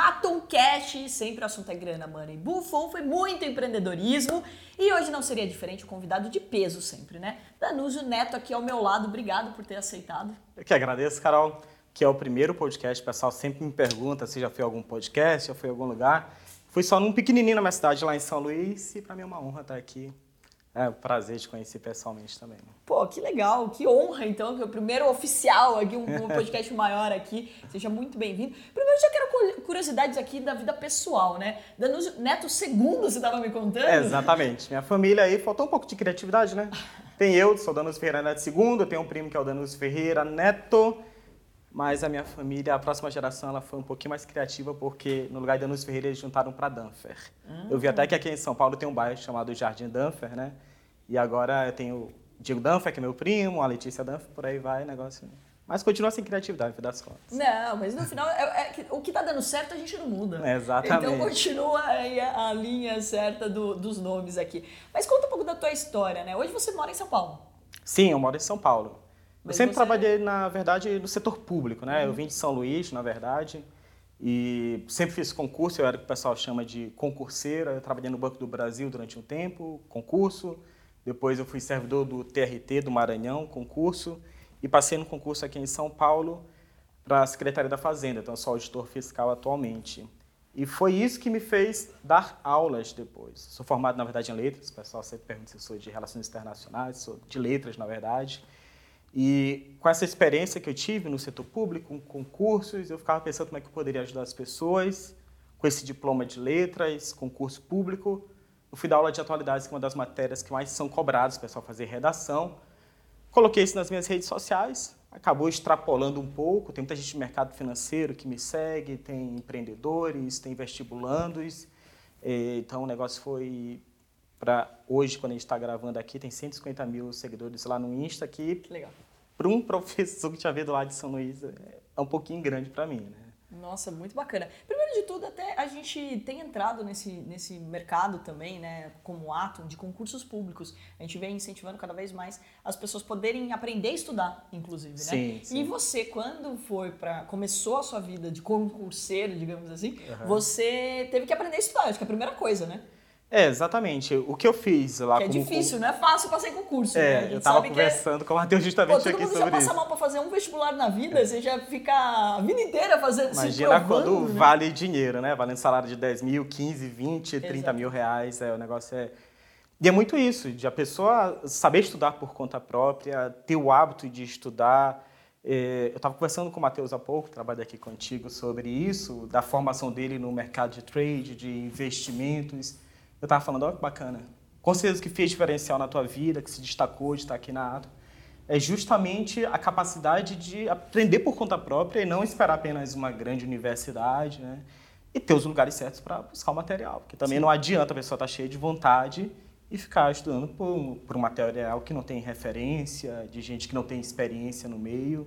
Atomcast. Sempre o assunto é grana, money, buffon, foi muito empreendedorismo. E hoje não seria diferente, o convidado de peso sempre, né? Danúzio Neto aqui ao meu lado, obrigado por ter aceitado. Eu que agradeço, Carol, que é o primeiro podcast. O pessoal sempre me pergunta se já foi algum podcast, já foi em algum lugar. Fui só num pequenininho na minha cidade, lá em São Luís, e para mim é uma honra estar aqui. É um prazer te conhecer pessoalmente também. Pô, que legal, que honra então, que é o primeiro oficial aqui, um podcast maior aqui. Seja muito bem-vindo. Primeiro, já quero curiosidades aqui da vida pessoal, né? Danúzio Neto II, você estava me contando? Exatamente. Minha família aí, faltou um pouco de criatividade, né? Tem eu, sou Danúzio Ferreira Neto II, eu tenho um primo que é o Danúzio Ferreira Neto, mas a minha família, a próxima geração, ela foi um pouquinho mais criativa, porque no lugar de Danúzio Ferreira eles juntaram para Danfer. Eu vi até que aqui em São Paulo tem um bairro chamado Jardim Danfer, né? E agora eu tenho o Diego Danfer, que é meu primo, a Letícia Danfer, por aí vai, negócio. Mas continua sem criatividade, no fim das contas. Não, mas no final, o que tá dando certo a gente não muda. Exatamente. Então continua aí a linha certa dos nomes aqui. Mas conta um pouco da tua história, né? Hoje você mora em São Paulo. Sim, eu moro em São Paulo. Mas eu sempre você... trabalhei, na verdade, no setor público, né? Eu vim de São Luís, na verdade, e sempre fiz concurso, eu era o que o pessoal chama de concurseira. Eu trabalhei no Banco do Brasil durante um tempo, concurso. Depois eu fui servidor do TRT do Maranhão, concurso. E passei no concurso aqui em São Paulo para a Secretaria da Fazenda, então eu sou auditor fiscal atualmente. E foi isso que me fez dar aulas depois. Sou formado, na verdade, em letras, o pessoal sempre pergunta se eu sou de relações internacionais, sou de letras, na verdade. E com essa experiência que eu tive no setor público, com concursos, eu ficava pensando como é que eu poderia ajudar as pessoas, com esse diploma de letras, concurso público. Eu fui dar aula de atualidades, que é uma das matérias que mais são cobradas, o pessoal fazer redação. Coloquei isso nas minhas redes sociais, acabou extrapolando um pouco, tem muita gente de mercado financeiro que me segue, tem empreendedores, tem vestibulandos, então o negócio foi para hoje, quando a gente está gravando aqui, tem 150 mil seguidores lá no Insta, que legal. Para um professor que tinha vindo lá de São Luís é um pouquinho grande para mim, né? Nossa, muito bacana. Primeiro de tudo, até a gente tem entrado nesse mercado também, né, como Atom, de concursos públicos. A gente vem incentivando cada vez mais as pessoas poderem aprender a estudar, inclusive, né? Sim, sim. E você, quando começou a sua vida de concurseiro, digamos assim, você teve que aprender a estudar, acho que é a primeira coisa, né? Exatamente. O que eu fiz lá que é difícil, não é fácil passar em concurso, né? Eu estava conversando com o Matheus justamente aqui sobre isso. Todo mundo já passa mal para fazer um vestibular na vida, você já fica a vida inteira fazendo, imagina se provando, quando né? vale dinheiro, né? Valendo salário de 10 mil, 15, 20, 30 mil reais, o negócio é... E é muito isso, de a pessoa saber estudar por conta própria, ter o hábito de estudar. Eu estava conversando com o Matheus há pouco, trabalho aqui contigo, sobre isso, da formação dele no mercado de trade, de investimentos. Eu estava falando, olha que bacana, com certeza que fez diferencial na tua vida, que se destacou de estar aqui na Atom, é justamente a capacidade de aprender por conta própria e não esperar apenas uma grande universidade, né? E ter os lugares certos para buscar o material, porque também não adianta a pessoa estar cheia de vontade e ficar estudando por um material que não tem referência, de gente que não tem experiência no meio.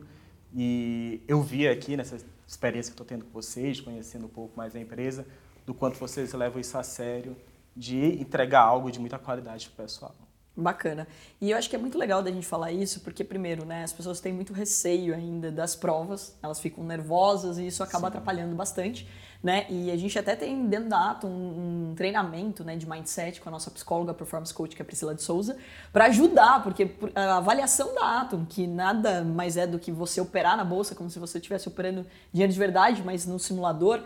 E eu vi aqui, nessa experiência que estou tendo com vocês, conhecendo um pouco mais a empresa, do quanto vocês levam isso a sério, de entregar algo de muita qualidade para o pessoal. Bacana. E eu acho que é muito legal da gente falar isso, porque primeiro, né, as pessoas têm muito receio ainda das provas, elas ficam nervosas e isso acaba atrapalhando bastante, né? E a gente até tem dentro da Atom um treinamento, né, de mindset com a nossa psicóloga performance coach, que é a Priscila de Souza, para ajudar, porque a avaliação da Atom, que nada mais é do que você operar na bolsa como se você estivesse operando dinheiro de verdade, mas no simulador,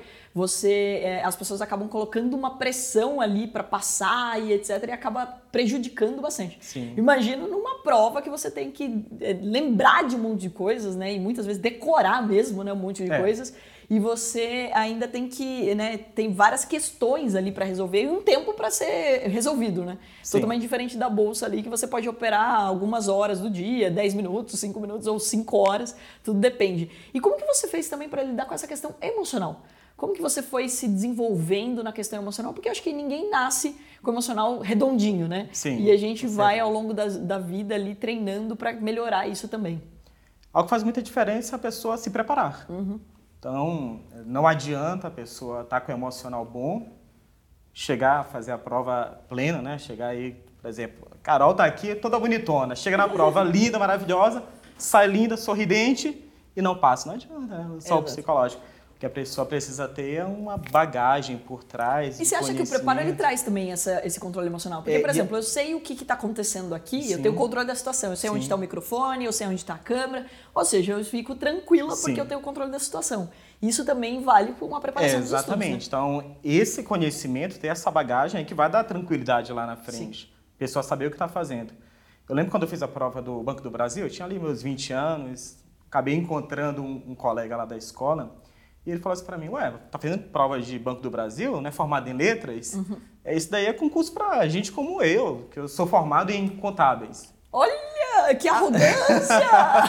as pessoas acabam colocando uma pressão ali para passar e etc, e acaba prejudicando bastante. Sim. Imagina numa prova que você tem que lembrar de um monte de coisas, né, e muitas vezes decorar mesmo, né, um monte de coisas, e você ainda tem que, né, tem várias questões ali para resolver e um tempo para ser resolvido, né? Sim. Totalmente diferente da bolsa ali, que você pode operar algumas horas do dia, 10 minutos, 5 minutos ou 5 horas, tudo depende. E como que você fez também para lidar com essa questão emocional? Como que você foi se desenvolvendo na questão emocional? Porque eu acho que ninguém nasce com o emocional redondinho, né? Sim, e a gente vai ao longo da vida ali treinando para melhorar isso também. Algo que faz muita diferença é a pessoa se preparar. Então, não adianta a pessoa estar com o emocional bom, chegar a fazer a prova plena, né? Chegar aí, por exemplo, Carol tá aqui toda bonitona, chega na prova linda, maravilhosa, sai linda, sorridente e não passa. Não adianta, é só o psicológico. que a pessoa precisa ter uma bagagem por trás. E você acha que o preparo ele traz também esse controle emocional? Porque, por exemplo, eu sei o que está acontecendo aqui, sim, eu tenho o controle da situação, eu sei, sim, onde está o microfone, eu sei onde está a câmera, ou seja, eu fico tranquila, sim, porque eu tenho o controle da situação. Isso também vale para uma preparação dos exatamente. estudos, né? Então, esse conhecimento, ter essa bagagem é que vai dar tranquilidade lá na frente. Sim. A pessoa saber o que está fazendo. Eu lembro quando eu fiz a prova do Banco do Brasil, eu tinha ali meus 20 anos, acabei encontrando um colega lá da escola, e ele falou assim para mim, tá fazendo prova de Banco do Brasil, né, formado em letras? Uhum. Isso daí é concurso para gente como eu, que eu sou formado em contábeis. Olha, que arrogância!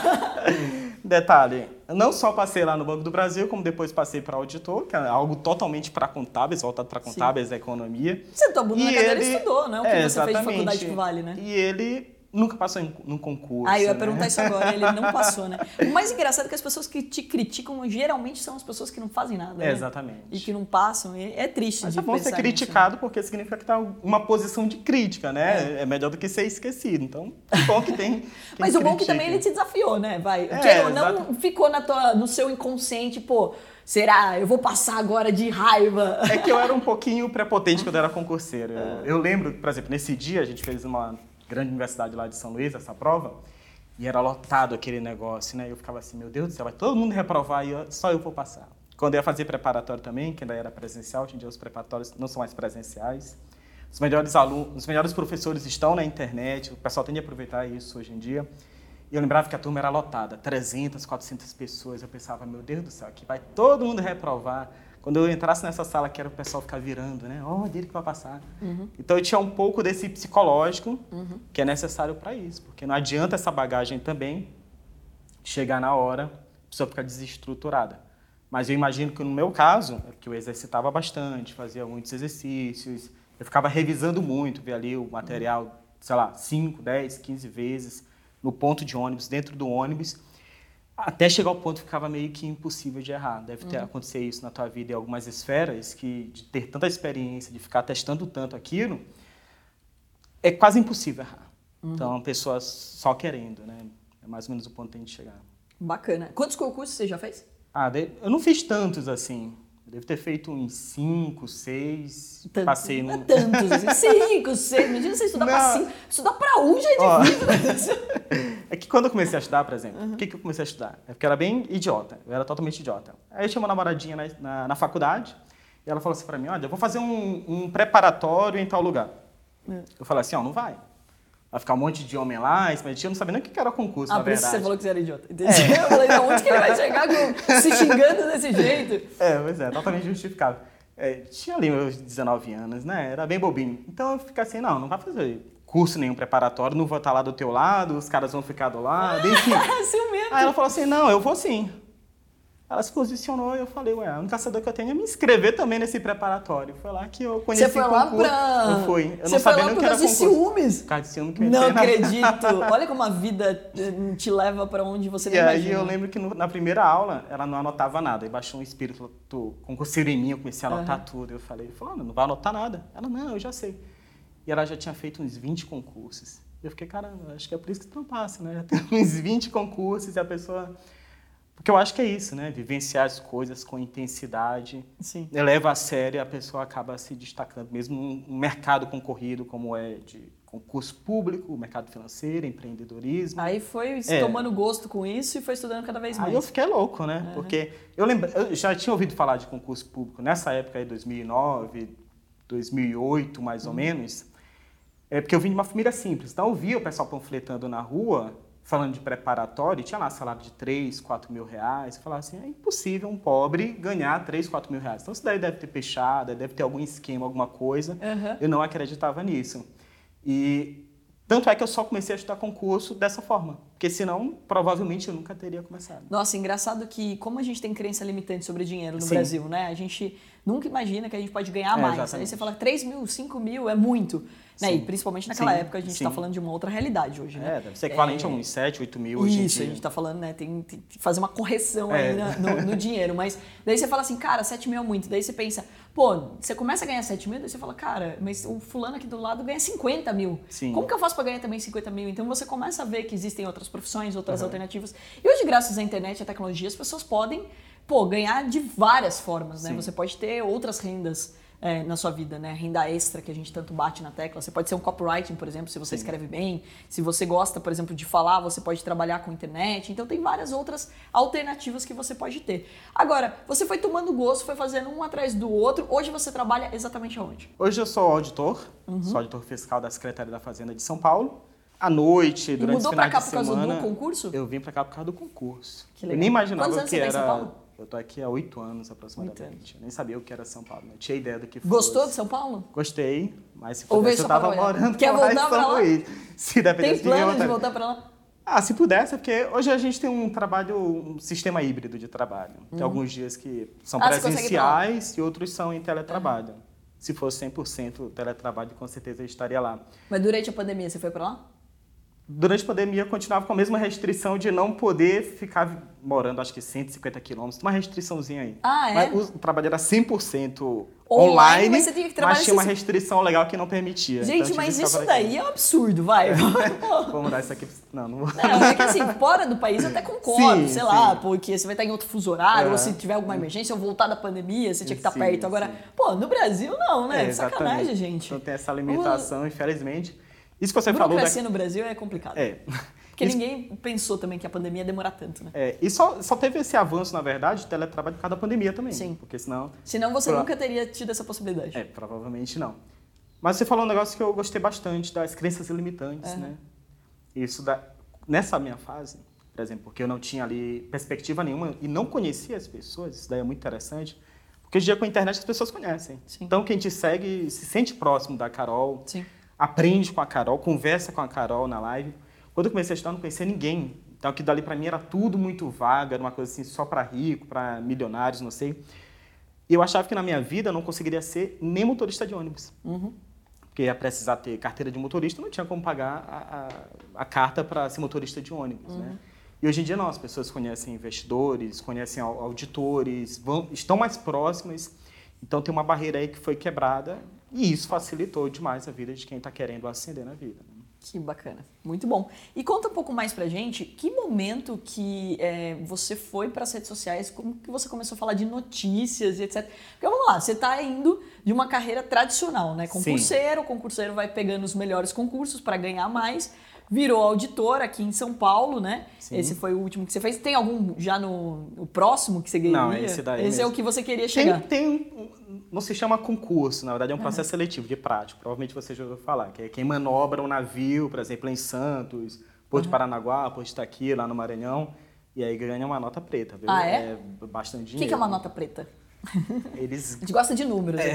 Detalhe, não só passei lá no Banco do Brasil, como depois passei para auditor, que é algo totalmente para contábeis, voltado para contábeis, sim, da economia. Você todo mundo na cadeira estudou, né? O que você fez de faculdade que vale, né? E ele nunca passou num concurso. Eu ia perguntar isso agora, ele não passou, né? O mais engraçado é que as pessoas que te criticam geralmente são as pessoas que não fazem nada, né? Exatamente. E que não passam, é triste. Mas é bom ser criticado, né? Porque significa que está uma posição de crítica, né? É melhor do que ser esquecido. Então, é bom que tem. Mas o bom é que também ele te desafiou, né? Não ficou no seu inconsciente, pô. Será? Eu vou passar agora de raiva. É que eu era um pouquinho prepotente quando eu era concurseiro. Eu lembro, por exemplo, nesse dia a gente fez uma grande universidade lá de São Luís, essa prova, e era lotado aquele negócio, né? Eu ficava assim, meu Deus do céu, vai todo mundo reprovar e só eu vou passar. Quando eu ia fazer preparatório também, que ainda era presencial, hoje em dia os preparatórios não são mais presenciais. Os melhores alunos, os melhores professores estão na internet, o pessoal tem de aproveitar isso hoje em dia. E eu lembrava que a turma era lotada, 300, 400 pessoas. Eu pensava, meu Deus do céu, aqui vai todo mundo reprovar. Quando eu entrasse nessa sala, que era o pessoal ficar virando, né? Ele que vai passar. Uhum. Então, eu tinha um pouco desse psicológico, uhum, que é necessário para isso. Porque não adianta essa bagagem também chegar na hora, a pessoa ficar desestruturada. Mas eu imagino que no meu caso, que eu exercitava bastante, fazia muitos exercícios, eu ficava revisando muito, via ali o material, uhum, sei lá, 5, 10, 15 vezes, no ponto de ônibus, dentro do ônibus, até chegar ao ponto que ficava meio que impossível de errar. Deve ter acontecido isso na tua vida em algumas esferas, que de ter tanta experiência, de ficar testando tanto aquilo, é quase impossível errar. Uhum. Então, a pessoa só querendo, né? É mais ou menos o ponto que tem de chegar. Bacana. Quantos concursos você já fez? Eu não fiz tantos assim. Eu devo ter feito uns 5, 6. Passei no... Tantos, assim. 5, 6. Imagina você estudar para 5. Estudar para 1 já é difícil. É que quando eu comecei a estudar, por exemplo, por que eu comecei a estudar? É porque eu era bem idiota. Eu era totalmente idiota. Aí eu tinha uma namoradinha na faculdade e ela falou assim para mim, olha, eu vou fazer um preparatório em tal lugar. Eu falei assim, não vai. Vai ficar um monte de homem lá, mas eu não sabia nem o que era concurso, na verdade. Por isso você falou que você era idiota. Entendi. Eu falei, onde que ele vai chegar se xingando desse jeito? Pois é, totalmente justificável. Tinha ali meus 19 anos, né? Era bem bobinho. Então eu fiquei assim, não vai fazer curso nenhum preparatório, não vou estar lá do teu lado, os caras vão ficar do lado, enfim. Ciumento. Aí ela falou assim, não, eu vou sim. Ela se posicionou e eu falei, a única saída que eu tenho é me inscrever também nesse preparatório. Foi lá que eu conheci o concurso. Você foi lá Eu fui. Eu não sabia nem o que era concurso. Ciúmes? Por causa de ciúme que eu Não acredito. Olha como a vida te leva para onde você não imagina. E aí eu lembro que na primeira aula ela não anotava nada. Aí baixou um espírito concurseiro em mim, eu comecei a anotar tudo. Eu falei, não vai anotar nada. Ela, não, eu já sei. E ela já tinha feito uns 20 concursos. Eu fiquei, caramba, acho que é por isso que tu não passa, né? Já tem uns 20 concursos e a pessoa... Porque eu acho que é isso, né? Vivenciar as coisas com intensidade, sim, leva a sério e a pessoa acaba se destacando. Mesmo num mercado concorrido como é de concurso público, mercado financeiro, empreendedorismo. Aí foi tomando gosto com isso e foi estudando cada vez mais. Aí eu fiquei louco, né? Porque eu já tinha ouvido falar de concurso público nessa época aí, 2009, 2008, mais ou menos. Porque eu vim de uma família simples. Então eu via o pessoal panfletando na rua, falando de preparatório, tinha lá salário de 3, 4 mil reais. Eu falava assim, é impossível um pobre ganhar 3, 4 mil reais. Então isso daí deve ter fechado, deve ter algum esquema, alguma coisa. Eu não acreditava nisso. E tanto é que eu só comecei a estudar concurso dessa forma. Porque senão, provavelmente, eu nunca teria começado. Nossa, engraçado que como a gente tem crença limitante sobre dinheiro no Brasil, né? A gente nunca imagina que a gente pode ganhar mais. Exatamente. Aí você fala 3 mil, 5 mil é muito. Né? E principalmente naquela época a gente está falando de uma outra realidade hoje, né? Deve ser equivalente a uns 7, 8 mil hoje em dia. Isso, a gente está falando, né? Tem que fazer uma correção aí no dinheiro. Mas daí você fala assim, cara, 7 mil é muito. Daí você pensa, você começa a ganhar 7 mil, daí você fala, cara, mas o fulano aqui do lado ganha 50 mil. Sim. Como que eu faço para ganhar também 50 mil? Então você começa a ver que existem outras profissões, outras alternativas. E hoje, graças à internet e à tecnologia, as pessoas podem pô, ganhar de várias formas, né? Sim. Você pode ter outras rendas na sua vida, né? Renda extra que a gente tanto bate na tecla. Você pode ser um copywriting, por exemplo, se você escreve bem. Se você gosta, por exemplo, de falar, você pode trabalhar com internet. Então tem várias outras alternativas que você pode ter. Agora, você foi tomando gosto, foi fazendo um atrás do outro. Hoje você trabalha exatamente aonde? Hoje eu sou auditor, sou auditor fiscal da Secretaria da Fazenda de São Paulo. À noite, durante os finais de semana... E mudou pra cá por causa do concurso? Eu vim pra cá por causa do concurso. Que legal. Eu nem imaginava Quantos anos que você era... tá em São Paulo? Eu tô aqui há 8 anos aproximadamente. 8 anos. Eu nem sabia o que era São Paulo. Não tinha ideia do que fosse. Gostou de São Paulo? Gostei, mas se Ou veio pudesse eu só pra tava trabalhar? morando Quer lá em voltar pra São lá? Luís. Se dependesse Tem de mim, eu plano de voltaria. voltar pra lá? Ah, se pudesse, porque hoje a gente tem um sistema híbrido de trabalho. Tem alguns dias que são você consegue ir pra lá? presenciais e outros são em teletrabalho. Se fosse 100% teletrabalho, com certeza eu estaria lá. Mas durante a pandemia você foi pra lá? Durante a pandemia, eu continuava com a mesma restrição de não poder ficar morando, acho que 150 quilômetros. Uma restriçãozinha aí. Ah, é? Mas o trabalho era 100% Online, online, mas você tinha que trabalhar mas tinha uma 60. restrição legal que não permitia. Gente, Então, eu tive mas que isso trabalhar daí é um absurdo, vai. Vou mudar isso aqui. Não vou. Não, é que assim, fora do país eu até concordo, Sim, sei lá, sim. porque você vai estar em outro fuso horário, É. ou se tiver alguma emergência, ou voltar da pandemia, você tinha que estar Sim, perto. Agora, sim. pô, no Brasil não, né? Exatamente. Sacanagem, gente. Então tem essa limitação, infelizmente. Isso que você falou... Burocracia no Brasil é complicado. Porque Isso- ninguém pensou também que a pandemia ia demorar tanto, né? E só teve esse avanço, na verdade, de teletrabalho por causa da pandemia também. Sim. Porque senão... Senão você Pro- nunca teria tido essa possibilidade. Provavelmente não. Mas você falou um negócio que eu gostei bastante, das crenças limitantes, né? Nessa minha fase, por exemplo, porque eu não tinha ali perspectiva nenhuma e não conhecia as pessoas, isso daí é muito interessante, porque hoje em dia com a internet as pessoas conhecem. Sim. Então quem te segue se sente próximo da Carol, Sim. aprende com a Carol, conversa com a Carol na live. Quando eu comecei a estudar, eu não conhecia ninguém. Então aquilo dali para mim era tudo muito vago, era uma coisa assim só para rico, para milionários, não sei. E eu achava que na minha vida eu não conseguiria ser nem motorista de ônibus. Porque ia precisar ter carteira de motorista, não tinha como pagar a carta para ser motorista de ônibus, né? E hoje em dia não, as pessoas conhecem investidores, conhecem auditores, estão mais próximas. Então tem uma barreira aí que foi quebrada e isso facilitou demais a vida de quem está querendo ascender na vida. Que bacana, muito bom. E conta um pouco mais pra gente, que momento que você foi para as redes sociais, como que você começou a falar de notícias e etc. Porque vamos lá, você tá indo de uma carreira tradicional, né? Concurseiro, o concurseiro vai pegando os melhores concursos para ganhar mais, virou auditor aqui em São Paulo, né? Sim. Esse foi o último que você fez. Tem algum já o próximo que você queria? Não, esse daí Esse é mesmo. o que você queria chegar. Não se chama concurso, na verdade é um processo seletivo de prático. Provavelmente você já ouviu falar, que é quem manobra um navio, por exemplo, em Santos, Porto de Paranaguá, Porto de Itaqui, lá no Maranhão, e aí ganha uma nota preta, viu? Ah, é? Bastante O dinheiro. que é uma nota preta? Eles A gente gosta de números. Né?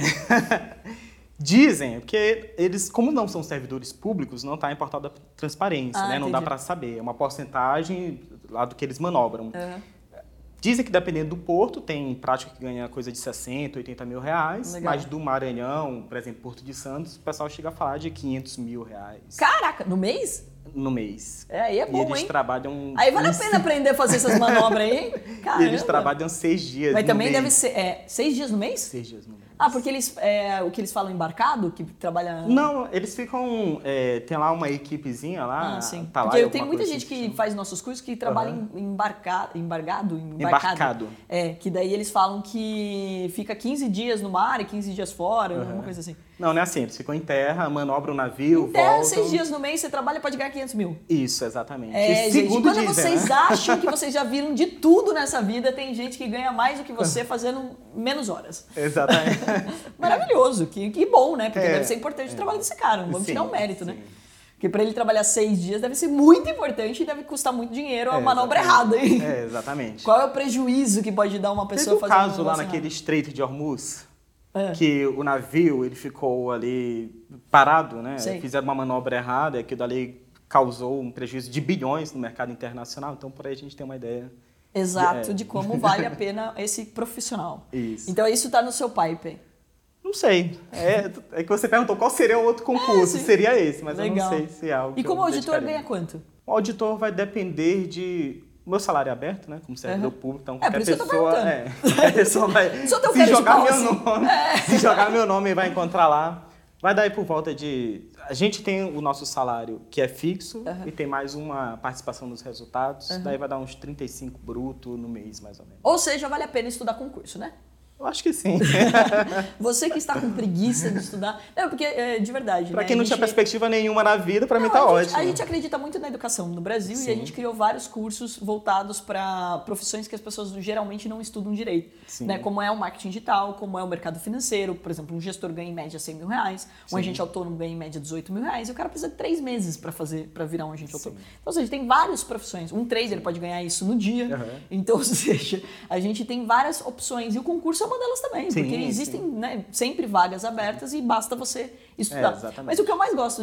dizem, porque eles, como não são servidores públicos, não está em portal da transparência, né? Não dá Entendi. para saber. É uma porcentagem lá do que eles manobram. Uhum. Dizem que dependendo do porto, tem prática que ganha coisa de 60, 80 mil reais, Legal. mas do Maranhão, por exemplo, Porto de Santos, o pessoal chega a falar de 500 mil reais Caraca, no mês? no mês. Aí é E bom, eles hein? trabalham... Aí vale a pena aprender a fazer essas manobras aí, hein? E Caramba. eles trabalham 6 dias Mas no também mês. deve ser 6 dias no mês? 6 dias no mês. Ah, porque eles, o que eles falam embarcado, que trabalha... Não, eles ficam... tem lá uma equipezinha lá, Ah, sim. tá lá Porque e tem alguma muita coisa gente assim que chama. faz nossos cursos que trabalha embarcado. Embarcado. Que daí eles falam que fica 15 dias no mar e 15 dias fora, alguma coisa assim. Não é assim, eles ficam em terra, manobram o navio, Em terra, voltam... 6 dias no mês, você trabalha pode ganhar 500 mil. Isso, exatamente. É, E gente, segundo quando dizem, vocês né? acham que vocês já viram de tudo nessa vida, tem gente que ganha mais do que você fazendo menos horas. Exatamente. Maravilhoso, que bom, né? Porque É, deve ser importante o trabalho desse cara, não vamos Sim, tirar o mérito, né? sim. Porque pra ele trabalhar 6 dias deve ser muito importante e deve custar muito dinheiro a manobra errada, hein? Exatamente. Qual é o prejuízo que pode dar uma Teve pessoa um fazendo caso lá negócio naquele Estreito de Hormuz, errado? que o navio ele ficou ali parado, né? Sei. Fizeram uma manobra errada e aquilo ali causou um prejuízo de bilhões no mercado internacional. Então, por aí a gente tem uma ideia. Exato, É. de como vale a pena esse profissional. Isso. Então isso tá no seu pipe. Não sei. É que você perguntou qual seria o outro concurso. sim. Seria esse, mas Legal. eu não sei se é algo E que como eu auditor dedicaria. ganha quanto? O auditor vai depender de... O meu salário é aberto, né? Como servidor público, então por qualquer isso que eu tô pessoa... perguntando. Qualquer pessoa vai... Só teu Se cara de jogar pau, meu assim. nome... Se jogar meu nome, vai encontrar lá. Vai dar aí por volta de... A gente tem o nosso salário que é fixo e tem mais uma participação nos resultados. Daí vai dar uns 35 bruto no mês, mais ou menos. Ou seja, vale a pena estudar concurso, né? Eu acho que sim. Você que está com preguiça de estudar... Não, porque, de verdade, Pra né? quem não tinha perspectiva nenhuma na vida, pra mim tá ótimo. A gente acredita muito na educação no Brasil e a gente criou vários cursos voltados para profissões que as pessoas geralmente não estudam direito. Né? Como é o marketing digital, como é o mercado financeiro. Por exemplo, um gestor ganha em média R$100 mil, um agente autônomo ganha em média R$18 mil e o cara precisa de 3 meses para virar um agente autônomo. Então, ou seja, tem várias profissões. Um trader pode ganhar isso no dia. Então, ou seja, a gente tem várias opções e o concurso é uma delas também, porque existem né, sempre vagas abertas e basta você estudar. Mas o que eu mais gosto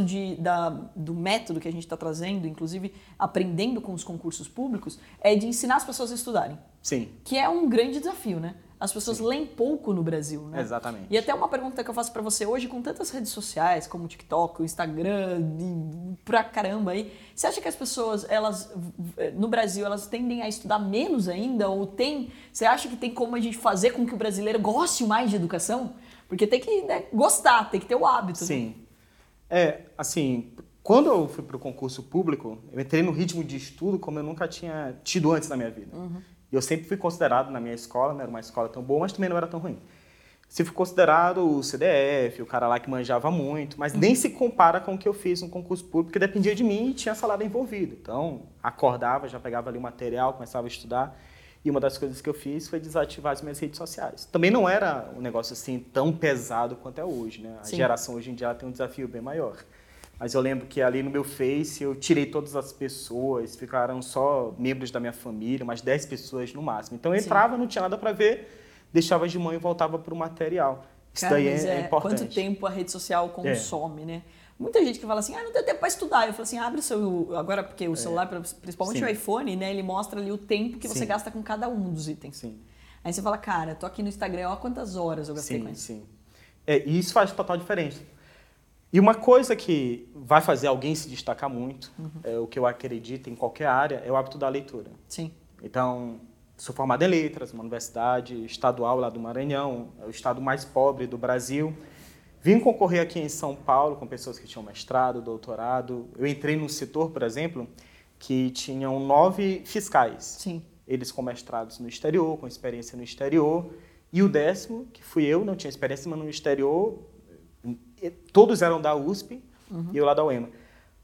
do método que a gente está trazendo, inclusive aprendendo com os concursos públicos, é de ensinar as pessoas a estudarem. Sim. Que é um grande desafio, né? As pessoas leem pouco no Brasil, né? Exatamente. E até uma pergunta que eu faço pra você hoje, com tantas redes sociais, como o TikTok, o Instagram, pra caramba aí, você acha que as pessoas, elas, no Brasil, elas tendem a estudar menos ainda? Ou você acha que tem como a gente fazer com que o brasileiro goste mais de educação? Porque tem que gostar, tem que ter o hábito. Sim. Né? Assim, quando eu fui pro concurso público, eu entrei no ritmo de estudo como eu nunca tinha tido antes na minha vida. Eu sempre fui considerado na minha escola, não era uma escola tão boa, mas também não era tão ruim. Sempre fui considerado o CDF, o cara lá que manjava muito, mas nem se compara com o que eu fiz no concurso público, que dependia de mim e tinha salário envolvido. Então, acordava, já pegava ali o material, começava a estudar. E uma das coisas que eu fiz foi desativar as minhas redes sociais. Também não era um negócio assim tão pesado quanto é hoje, né? A geração hoje em dia tem um desafio bem maior. Mas eu lembro que ali no meu Face eu tirei todas as pessoas, ficaram só membros da minha família, umas 10 pessoas no máximo. Então eu entrava, não tinha nada para ver, deixava de mão e voltava para o material. Isso daí é importante. Quanto tempo a rede social consome, né? Muita gente que fala assim, não tem tempo para estudar. Eu falo assim, abre o seu... Agora, porque o celular, principalmente o iPhone, né? Ele mostra ali o tempo que você gasta com cada um dos itens. Sim. Aí você fala, cara, tô aqui no Instagram, olha quantas horas eu gastei com isso. Sim. E isso faz total diferença. E uma coisa que vai fazer alguém se destacar muito, o que eu acredito em qualquer área, é o hábito da leitura. Sim. Então, sou formado em letras, uma universidade estadual lá do Maranhão, é o estado mais pobre do Brasil. Vim concorrer aqui em São Paulo com pessoas que tinham mestrado, doutorado. Eu entrei num setor, por exemplo, que tinham 9 fiscais. Sim. Eles com mestrados no exterior, com experiência no exterior. E o 10º, que fui eu, não tinha experiência, mas no exterior, todos eram da USP e eu lá da UEMA.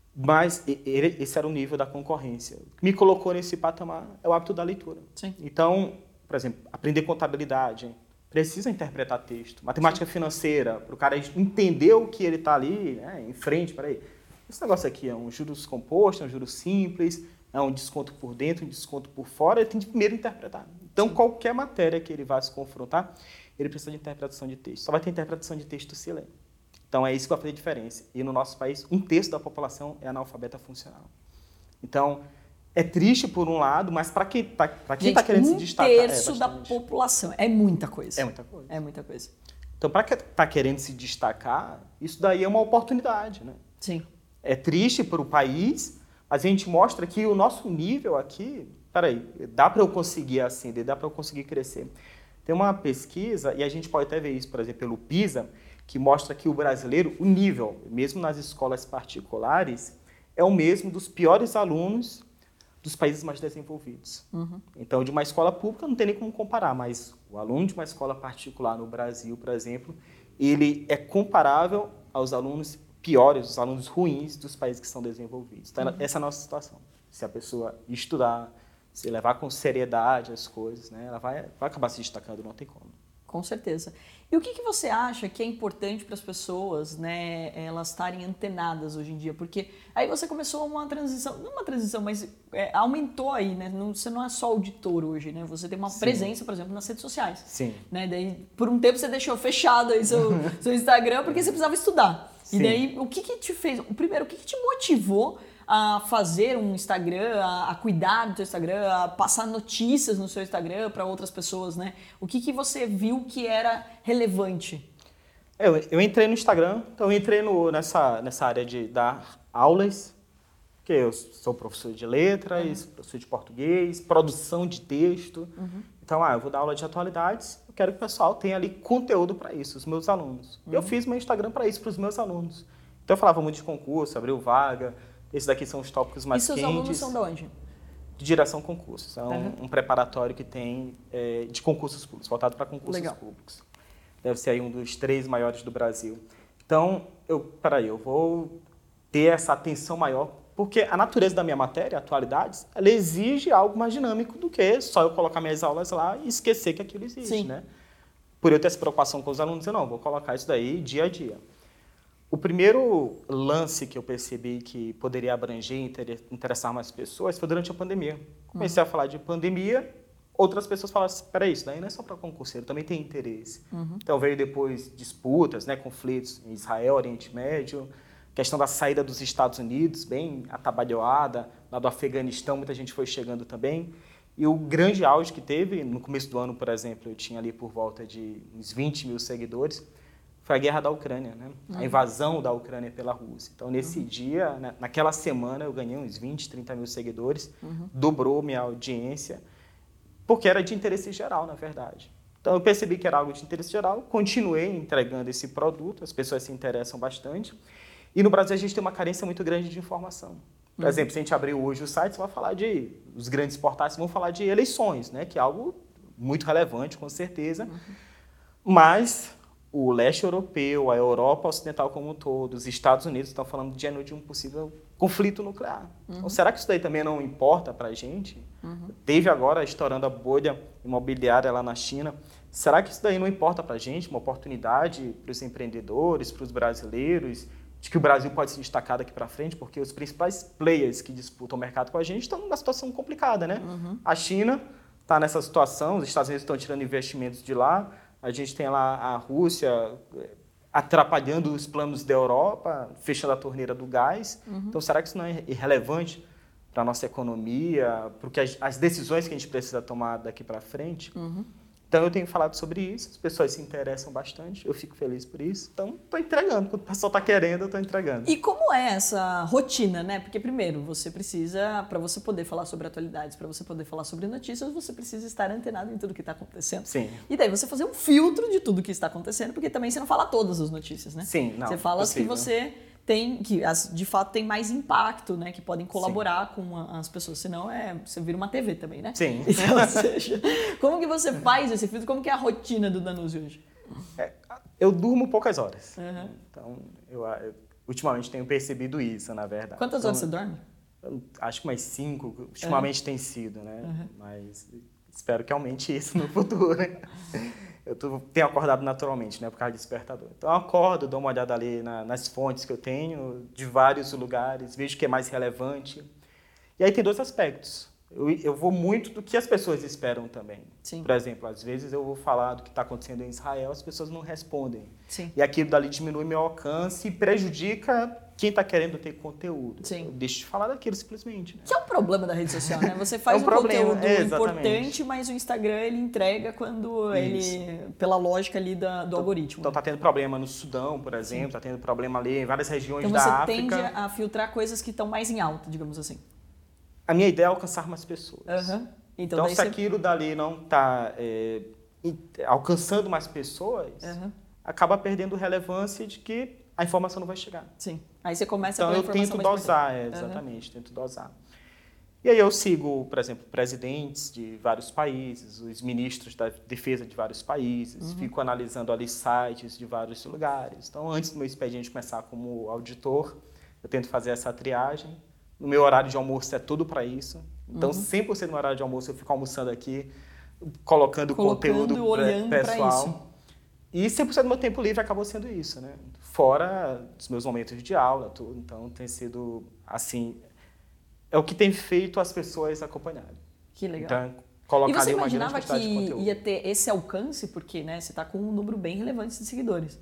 Mas esse era o nível da concorrência. Me colocou nesse patamar é o hábito da leitura. Sim. Então, por exemplo, aprender contabilidade, precisa interpretar texto. Matemática financeira, para o cara entender o que ele está ali, né, em frente, peraí. Esse negócio aqui é um juros composto, é um juros simples, é um desconto por dentro, um desconto por fora, ele tem de primeiro interpretar. Então, qualquer matéria que ele vá se confrontar, ele precisa de interpretação de texto. Só vai ter interpretação de texto se ler. Então, é isso que vai fazer diferença. E no nosso país, 1/3 da população é analfabeta funcional. Então, é triste por um lado, mas para quem está querendo se destacar... 1/3 da população. É muita coisa. É muita coisa. É muita coisa. Então, para quem está querendo se destacar, isso daí é uma oportunidade, né? Sim. É triste para o país, mas a gente mostra que o nosso nível aqui... Peraí, dá para eu conseguir ascender, dá para eu conseguir crescer. Tem uma pesquisa, e a gente pode até ver isso, por exemplo, pelo PISA, que mostra que o brasileiro, o nível, mesmo nas escolas particulares, é o mesmo dos piores alunos dos países mais desenvolvidos. Então, de uma escola pública não tem nem como comparar, mas o aluno de uma escola particular no Brasil, por exemplo, ele é comparável aos alunos piores, os alunos ruins dos países que são desenvolvidos. Então, essa é a nossa situação. Se a pessoa estudar, se levar com seriedade as coisas, né, ela vai acabar se destacando, não tem como. Com certeza. E o que você acha que é importante para as pessoas, né, elas estarem antenadas hoje em dia? Porque aí você começou uma transição, não uma transição, mas aumentou aí, né? Você não é só auditor hoje, né? Você tem uma presença, por exemplo, nas redes sociais. Sim. Né? Daí, por um tempo você deixou fechado aí seu Instagram porque você precisava estudar. Sim. E daí, o que te fez? Primeiro, o que te motivou a fazer um Instagram, a cuidar do seu Instagram, a passar notícias no seu Instagram para outras pessoas, né? O que você viu que era relevante? Eu entrei no Instagram, então eu entrei nessa área de dar aulas, porque eu sou professor de letras, professor de português, produção de texto. Então, eu vou dar aula de atualidades, eu quero que o pessoal tenha ali conteúdo para isso, os meus alunos. Eu fiz meu Instagram para isso, para os meus alunos. Então eu falava muito de concurso, abriu vaga, esses daqui são os tópicos mais quentes. E seus alunos são de onde? De direção concursos. É um preparatório que tem de concursos públicos, voltado para concursos públicos. Deve ser aí um dos 3 maiores do Brasil. Então, eu vou ter essa atenção maior, porque a natureza da minha matéria, atualidades, ela exige algo mais dinâmico do que só eu colocar minhas aulas lá e esquecer que aquilo existe, né? Por eu ter essa preocupação com os alunos, eu vou colocar isso daí dia a dia. O primeiro lance que eu percebi que poderia abranger e interessar mais pessoas foi durante a pandemia. Comecei a falar de pandemia, outras pessoas falaram assim, peraí, isso daí não é só para concurseiro, também tem interesse. Então veio depois disputas, né, conflitos em Israel, Oriente Médio, questão da saída dos Estados Unidos, bem atabalhoada, lá do Afeganistão, muita gente foi chegando também. E o grande auge que teve, no começo do ano, por exemplo, eu tinha ali por volta de uns 20 mil seguidores, foi a guerra da Ucrânia, né? A invasão da Ucrânia pela Rússia. Então, nesse dia, né, naquela semana, eu ganhei uns 20, 30 mil seguidores, dobrou minha audiência, porque era de interesse geral, na verdade. Então, eu percebi que era algo de interesse geral, continuei entregando esse produto, as pessoas se interessam bastante. E no Brasil, a gente tem uma carência muito grande de informação. Por exemplo, se a gente abrir hoje o site, você vai falar os grandes portais vão falar de eleições, né? Que é algo muito relevante, com certeza. Mas o leste europeu, a Europa ocidental como um todo, os Estados Unidos estão falando de um possível conflito nuclear. Então, será que isso daí também não importa para a gente? Teve agora, estourando a bolha imobiliária lá na China, será que isso daí não importa para a gente? Uma oportunidade para os empreendedores, para os brasileiros, de que o Brasil pode se destacar daqui para frente, porque os principais players que disputam o mercado com a gente estão numa situação complicada, né? A China está nessa situação, os Estados Unidos estão tirando investimentos de lá, a gente tem lá a Rússia atrapalhando os planos da Europa, fechando a torneira do gás. Então, será que isso não é irrelevante para a nossa economia, para as decisões que a gente precisa tomar daqui para frente? Então, eu tenho falado sobre isso, as pessoas se interessam bastante, eu fico feliz por isso. Então, estou entregando. Quando o pessoal está querendo, eu estou entregando. E como é essa rotina, né? Porque, primeiro, você precisa, para você poder falar sobre atualidades, para você poder falar sobre notícias, você precisa estar antenado em tudo que está acontecendo. Sim. E daí você fazer um filtro de tudo que está acontecendo, porque também você não fala todas as notícias, né? Sim, não. Você fala as que você tem, que de fato tem mais impacto, né? Que podem colaborar com as pessoas. Senão você vira uma TV também, né? Sim. Então, ou seja, como que você faz esse filtro? Como que é a rotina do Danuzzi hoje? Eu durmo poucas horas. Então, eu ultimamente tenho percebido isso, na verdade. Quantas horas você dorme? Acho que mais 5, ultimamente tem sido, né? Mas espero que aumente isso no futuro. Eu tenho acordado naturalmente, né? Por causa do despertador. Então, eu acordo, dou uma olhada ali nas fontes que eu tenho, de vários lugares, vejo o que é mais relevante. E aí tem 2 aspectos. Eu vou muito do que as pessoas esperam também. Sim. Por exemplo, às vezes eu vou falar do que está acontecendo em Israel, as pessoas não respondem. Sim. E aquilo dali diminui meu alcance e prejudica quem está querendo ter conteúdo. Sim. Eu deixo de falar daquilo simplesmente. Né? Que é o problema da rede social, né? Você faz conteúdo importante, mas o Instagram ele entrega quando ele, pela lógica ali do algoritmo. Então está tendo problema no Sudão, por exemplo, está tendo problema ali em várias regiões então, da África. Então você tende a filtrar coisas que estão mais em alta, digamos assim. A minha ideia é alcançar mais pessoas. Então se aquilo dali não está alcançando mais pessoas, acaba perdendo relevância de que a informação não vai chegar. Sim. Aí você começa a informação. Então eu tento dosar, exatamente, tento dosar. E aí eu sigo, por exemplo, presidentes de vários países, os ministros da defesa de vários países, fico analisando ali sites de vários lugares. Então, antes do meu expediente começar como auditor, eu tento fazer essa triagem. No meu horário de almoço é tudo para isso. Então, 100% do meu horário de almoço eu fico almoçando aqui, colocando conteúdo pessoal. E 100% do meu tempo livre acabou sendo isso, né? Fora dos meus momentos de aula, tudo. Então, tem sido, assim, é o que tem feito as pessoas acompanharem. Que legal. Então, colocar ali uma grande imaginava quantidade de conteúdo. que ia ter esse alcance? Porque, né, você está com um número bem relevante de seguidores.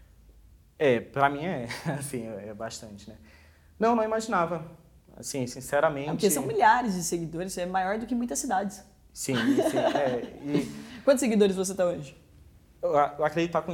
Para mim assim, é bastante, né? Não imaginava. Assim, sinceramente... Porque são milhares de seguidores, é maior do que muitas cidades. Sim. Quantos seguidores você está hoje? Eu acredito que está com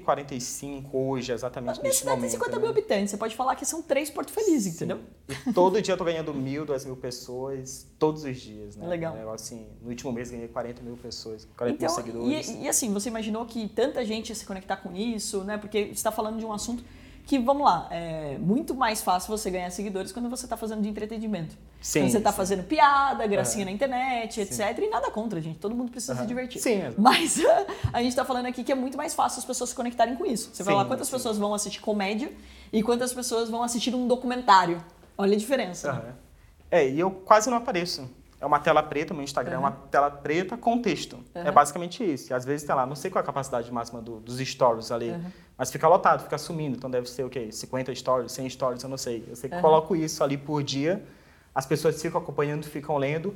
145 hoje, exatamente Minha neste cidade momento. tem 50 mil habitantes, você pode falar que são 3 Porto Felizes, entendeu? E todo dia eu tô ganhando 1.000, 2.000 pessoas, todos os dias, né? Legal. Assim, no último mês ganhei 40 mil pessoas, 40 mil Então, seguidores. e assim, você imaginou que tanta gente ia se conectar com isso, né? Porque você está falando de um assunto que, vamos lá, é muito mais fácil você ganhar seguidores quando você está fazendo de entretenimento. Sim, quando você está sim. fazendo piada, gracinha na internet, etc. Sim. E nada contra, gente. Todo mundo precisa se divertir. Sim, exato. Mas a gente está falando aqui que é muito mais fácil as pessoas se conectarem com isso. Você vai Sim, lá, quantas sim. pessoas vão assistir comédia e quantas pessoas vão assistir um documentário. Olha a diferença. Aham. E eu quase não apareço. É uma tela preta, meu Instagram é uma tela preta com texto. É basicamente isso. E às vezes, sei lá, não sei qual é a capacidade máxima dos stories ali, mas fica lotado, fica sumindo. Então deve ser o quê? 50 stories, 100 stories, eu não sei. Eu sei que coloco isso ali por dia, as pessoas ficam acompanhando, ficam lendo,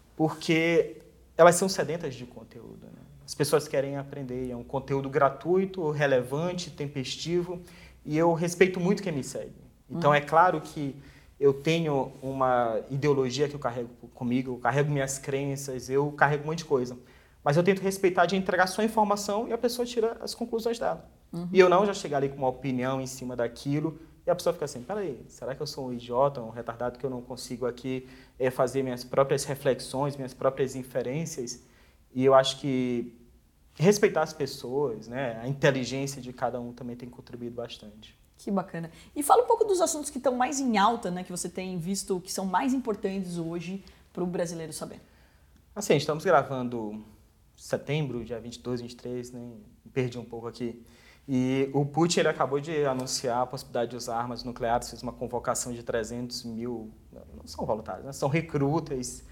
porque elas são sedentas de conteúdo, né? As pessoas querem aprender, é um conteúdo gratuito, relevante, tempestivo, e eu respeito muito quem me segue. Então é claro que eu tenho uma ideologia que eu carrego comigo, eu carrego minhas crenças, eu carrego um monte de coisa. Mas eu tento respeitar de entregar só a informação e a pessoa tira as conclusões dela. E eu não já chegar ali com uma opinião em cima daquilo e a pessoa fica assim, peraí, será que eu sou um idiota, um retardado que eu não consigo aqui fazer minhas próprias reflexões, minhas próprias inferências? E eu acho que respeitar as pessoas, né, a inteligência de cada um também tem contribuído bastante. Que bacana. E fala um pouco dos assuntos que estão mais em alta, né, que você tem visto que são mais importantes hoje para o brasileiro saber. Assim, estamos gravando setembro, dia 22, 23, né? Perdi um pouco aqui. E o Putin ele acabou de anunciar a possibilidade de usar armas nucleares, fez uma convocação de 300 mil, não são voluntários, né? São recrutas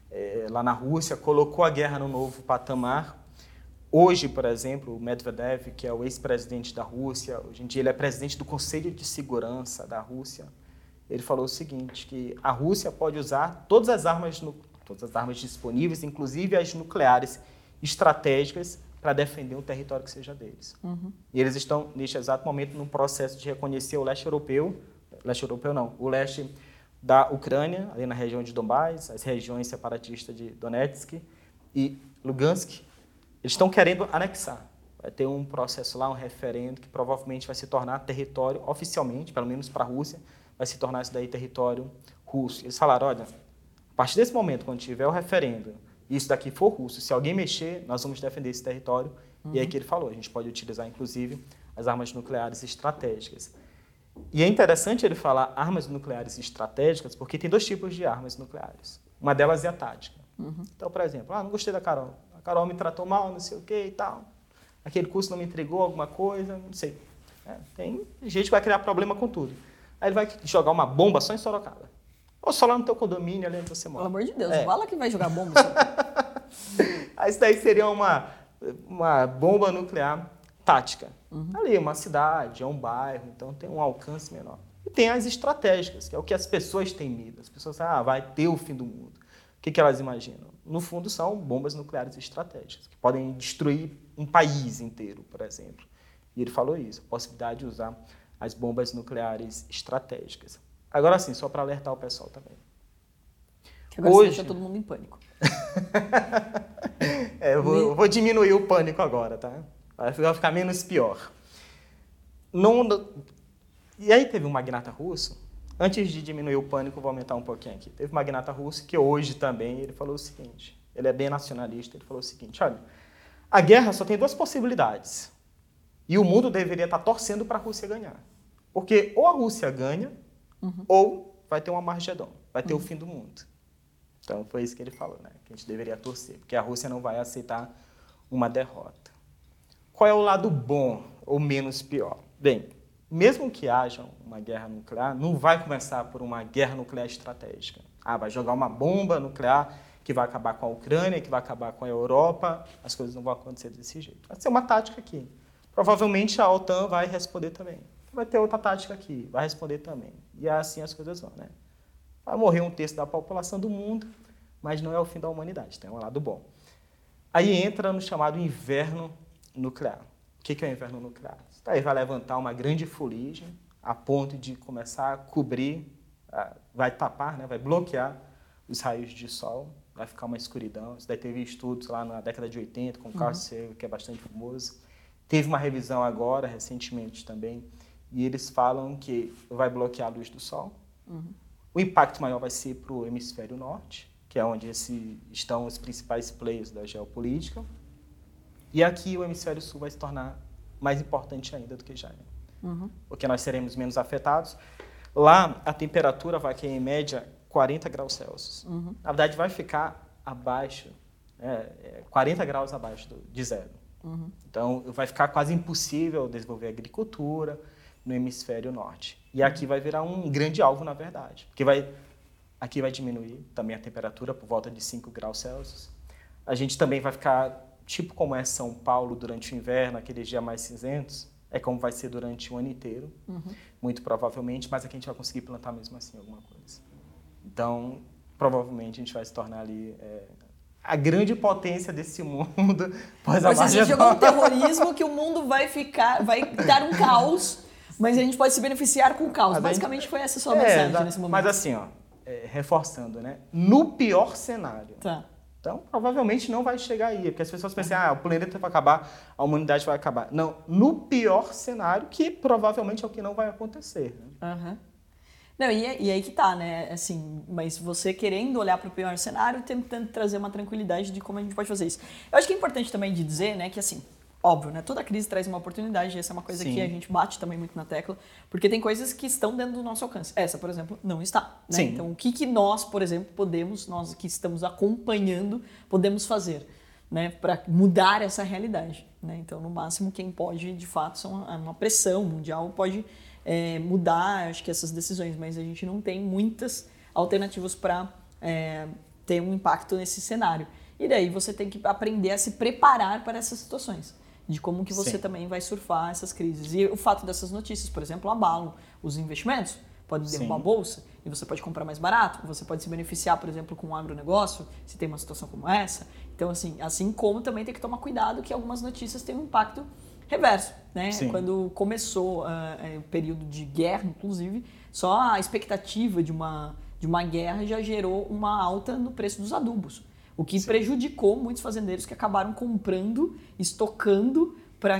lá na Rússia, colocou a guerra no novo patamar. Hoje, por exemplo, o Medvedev, que é o ex-presidente da Rússia, hoje em dia ele é presidente do Conselho de Segurança da Rússia, ele falou o seguinte, que a Rússia pode usar todas as armas disponíveis, inclusive as nucleares estratégicas, para defender um território que seja deles. E eles estão, neste exato momento, num processo de reconhecer o leste europeu não, o leste da Ucrânia, ali na região de Donbás, as regiões separatistas de Donetsk e Lugansk. Eles estão querendo anexar. Vai ter um processo lá, um referendo, que provavelmente vai se tornar território, oficialmente, pelo menos para a Rússia, vai se tornar isso daí território russo. Eles falaram, olha, a partir desse momento, quando tiver o referendo, e isso daqui for russo, se alguém mexer, nós vamos defender esse território. E é aí que ele falou, a gente pode utilizar, inclusive, as armas nucleares estratégicas. E é interessante ele falar armas nucleares estratégicas, porque tem dois tipos de armas nucleares. Uma delas é a tática. Então, por exemplo, não gostei da Carol. A Carol me tratou mal, não sei o que e tal. Aquele curso não me entregou alguma coisa, não sei. Tem gente que vai criar problema com tudo. Aí ele vai jogar uma bomba só em Sorocaba. Ou só lá no teu condomínio, ali onde você mora. Pelo amor de Deus, fala que vai jogar bomba. Aí isso daí seria uma bomba nuclear tática. Ali, uma cidade, é um bairro, então tem um alcance menor. E tem as estratégicas, que é o que as pessoas têm medo. As pessoas falam, vai ter o fim do mundo. O que elas imaginam? No fundo, são bombas nucleares estratégicas, que podem destruir um país inteiro, por exemplo. E ele falou isso, a possibilidade de usar as bombas nucleares estratégicas. Agora sim, só para alertar o pessoal também. Que agora hoje... você deixa todo mundo em pânico. Eu vou diminuir o pânico agora, tá? Vai ficar menos pior. E aí teve um magnata russo, antes de diminuir o pânico, vou aumentar um pouquinho aqui. Teve um magnata russo que hoje também, ele falou o seguinte, ele é bem nacionalista, ele falou o seguinte, olha, a guerra só tem duas possibilidades. E o mundo deveria estar torcendo para a Rússia ganhar. Porque ou a Rússia ganha, ou vai ter um Armagedon, vai ter o fim do mundo. Então foi isso que ele falou, né? Que a gente deveria torcer, porque a Rússia não vai aceitar uma derrota. Qual é o lado bom ou menos pior? Bem, mesmo que haja uma guerra nuclear, não vai começar por uma guerra nuclear estratégica. Vai jogar uma bomba nuclear que vai acabar com a Ucrânia, que vai acabar com a Europa, as coisas não vão acontecer desse jeito. Vai ser uma tática aqui. Provavelmente a OTAN vai responder também. Vai ter outra tática aqui, vai responder também. E assim as coisas vão, né? Vai morrer um terço da população do mundo, mas não é o fim da humanidade, tem um lado bom. Aí entra no chamado inverno nuclear. O que é o inverno nuclear? Aí vai levantar uma grande fuligem a ponto de começar a cobrir, vai tapar, né? Vai bloquear os raios de sol, vai ficar uma escuridão. Isso daí teve estudos lá na década de 80 com Carl Sagan, que é bastante famoso. Teve uma revisão agora, recentemente também, e eles falam que vai bloquear a luz do sol. O impacto maior vai ser para o hemisfério norte, que é onde estão os principais players da geopolítica. E aqui o hemisfério sul vai se tornar mais importante ainda do que já é. Porque nós seremos menos afetados. Lá, a temperatura vai cair em média 40 graus Celsius. Na verdade, vai ficar abaixo, 40 graus abaixo de zero. Então, vai ficar quase impossível desenvolver agricultura no hemisfério norte. E aqui vai virar um grande alvo, na verdade. Porque aqui vai diminuir também a temperatura por volta de 5 graus Celsius. A gente também vai ficar, tipo como é São Paulo durante o inverno, aqueles dias mais cinzentos, é como vai ser durante o ano inteiro, muito provavelmente, mas aqui a gente vai conseguir plantar mesmo assim alguma coisa. Então, provavelmente a gente vai se tornar ali a grande potência desse mundo Você jogou um terrorismo que o mundo vai dar um caos, mas a gente pode se beneficiar com o caos. Basicamente foi essa a sua mensagem nesse momento. Mas assim, reforçando, né? No pior cenário. Tá. Então, provavelmente não vai chegar aí, porque as pessoas pensam, o planeta vai acabar, a humanidade vai acabar. Não, no pior cenário, que provavelmente é o que não vai acontecer. Né? Não, e aí que tá, né? Assim, mas você querendo olhar para o pior cenário, tentando trazer uma tranquilidade de como a gente pode fazer isso. Eu acho que é importante também de dizer, né, que assim, óbvio, né? Toda crise traz uma oportunidade, essa é uma coisa que a gente bate também muito na tecla, porque tem coisas que estão dentro do nosso alcance. Essa, por exemplo, não está. Né? Então, o que nós, por exemplo, nós que estamos acompanhando, podemos fazer, né, para mudar essa realidade. Né? Então, no máximo, quem pode, de fato, uma pressão mundial pode mudar, acho que essas decisões, mas a gente não tem muitas alternativas para ter um impacto nesse cenário. E daí você tem que aprender a se preparar para essas situações, de como que você também vai surfar essas crises. E o fato dessas notícias, por exemplo, abalam os investimentos, pode derrubar a bolsa e você pode comprar mais barato, você pode se beneficiar, por exemplo, com um agronegócio, se tem uma situação como essa. Então, assim como também tem que tomar cuidado que algumas notícias têm um impacto reverso, né? Quando começou o período de guerra, inclusive, só a expectativa de uma guerra já gerou uma alta no preço dos adubos. O que prejudicou muitos fazendeiros que acabaram comprando, estocando para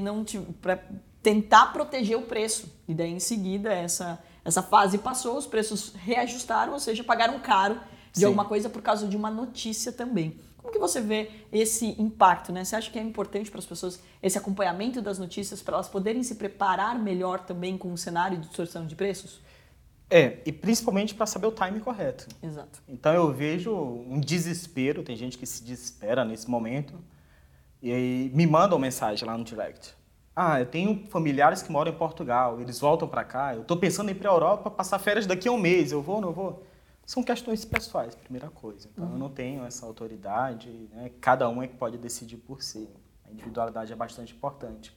tentar proteger o preço. E daí, em seguida, essa fase passou, os preços reajustaram, ou seja, pagaram caro de alguma coisa por causa de uma notícia também. Como que você vê esse impacto, né? Você acha que é importante para as pessoas esse acompanhamento das notícias para elas poderem se preparar melhor também com o cenário de distorção de preços? E principalmente para saber o timing correto. Exato. Então eu vejo um desespero, tem gente que se desespera nesse momento e aí me mandam mensagem lá no direct. Eu tenho familiares que moram em Portugal, eles voltam para cá, eu estou pensando em ir para a Europa, passar férias daqui a um mês, eu vou ou não vou? São questões pessoais, primeira coisa. Então eu não tenho essa autoridade, né? Cada um é que pode decidir por si. A individualidade é bastante importante.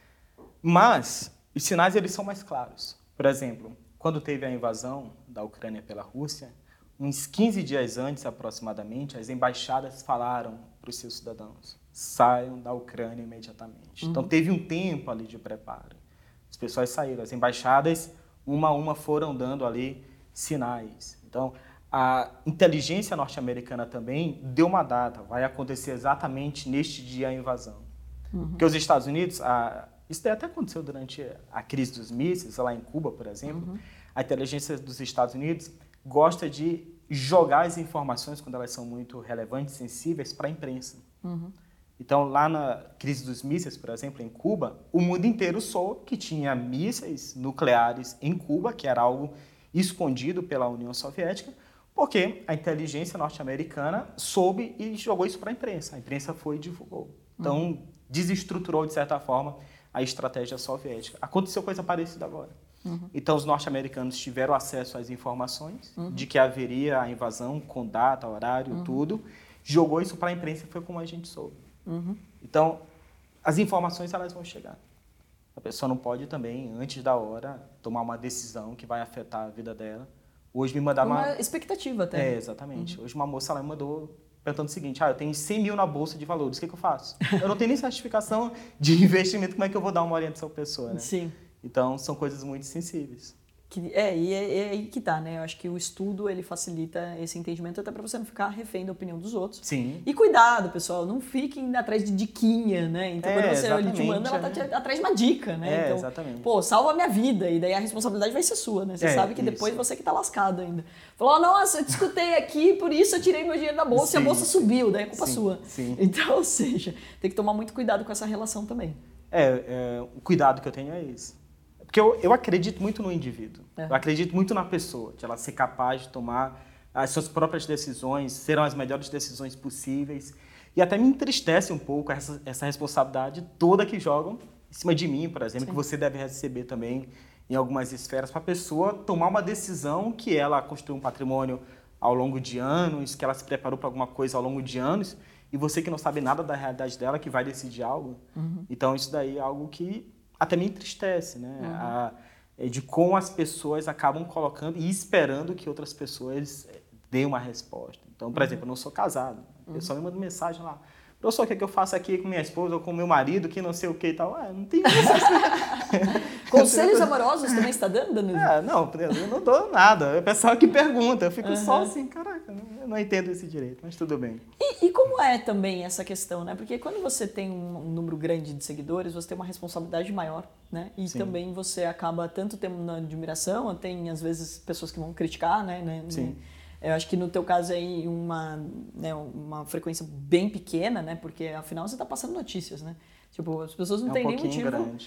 Mas os sinais eles são mais claros. Por exemplo, quando teve a invasão da Ucrânia pela Rússia, uns 15 dias antes, aproximadamente, as embaixadas falaram para os seus cidadãos: saiam da Ucrânia imediatamente. Então, teve um tempo ali de preparo. As pessoas saíram. As embaixadas, uma a uma, foram dando ali sinais. Então, a inteligência norte-americana também deu uma data. Vai acontecer exatamente neste dia a invasão. Porque os Estados Unidos... Isso até aconteceu durante a crise dos mísseis, lá em Cuba, por exemplo. A inteligência dos Estados Unidos gosta de jogar as informações, quando elas são muito relevantes, sensíveis, para a imprensa. Então, lá na crise dos mísseis, por exemplo, em Cuba, o mundo inteiro soube que tinha mísseis nucleares em Cuba, que era algo escondido pela União Soviética, porque a inteligência norte-americana soube e jogou isso para a imprensa. A imprensa foi e divulgou. Então, desestruturou, de certa forma, a estratégia soviética. Aconteceu coisa parecida agora. Então, os norte-americanos tiveram acesso às informações de que haveria a invasão com data, horário, tudo. Jogou isso para a imprensa e foi como a gente soube. Então, as informações elas vão chegar. A pessoa não pode também, antes da hora, tomar uma decisão que vai afetar a vida dela. Hoje me mandaram uma expectativa até. Exatamente. Hoje uma moça ela me mandou perguntando o seguinte: eu tenho 100 mil na bolsa de valores, o que eu faço? Eu não tenho nem certificação de investimento, como é que eu vou dar uma orientação à pessoa, né? Sim. Então, são coisas muito sensíveis. E é aí que tá, né? Eu acho que o estudo, ele facilita esse entendimento até para você não ficar refém da opinião dos outros. Sim. E cuidado, pessoal, não fiquem atrás de diquinha, né? Então, quando ele te manda, ela tá atrás de uma dica, né? Então, exatamente. pô, salva a minha vida, e daí a responsabilidade vai ser sua, né? Você sabe que depois você que tá lascado ainda. Falou, nossa, eu te escutei aqui, por isso eu tirei meu dinheiro da bolsa, e a bolsa subiu, daí é culpa sua. Sim. Então, ou seja, tem que tomar muito cuidado com essa relação também. O cuidado que eu tenho é esse. Porque eu acredito muito no indivíduo. Eu acredito muito na pessoa, de ela ser capaz de tomar as suas próprias decisões, serão as melhores decisões possíveis. E até me entristece um pouco essa responsabilidade toda que jogam em cima de mim, por exemplo, que você deve receber também em algumas esferas, para a pessoa tomar uma decisão que ela construiu um patrimônio ao longo de anos, que ela se preparou para alguma coisa ao longo de anos, e você que não sabe nada da realidade dela, que vai decidir algo. Então, isso daí é algo que até me entristece, né? De como as pessoas acabam colocando e esperando que outras pessoas deem uma resposta. Então, por exemplo, eu não sou casado. A pessoa me manda mensagem lá. Professor, o que é que eu faço aqui com minha esposa ou com meu marido, que não sei o que e tal? Não tem isso. Conselhos amorosos também está dando, Danilo? Não, eu não dou nada. É o pessoal que pergunta. Eu fico só assim, caraca, eu não entendo esse direito, mas tudo bem. E como é também essa questão, né? Porque quando você tem um número grande de seguidores, você tem uma responsabilidade maior, né? E também você acaba tanto tendo uma admiração, tem às vezes pessoas que vão criticar, né? Sim. Eu acho que no teu caso aí uma frequência bem pequena, né? Porque afinal você está passando notícias, né? Tipo, as pessoas não têm nem motivo. Grande.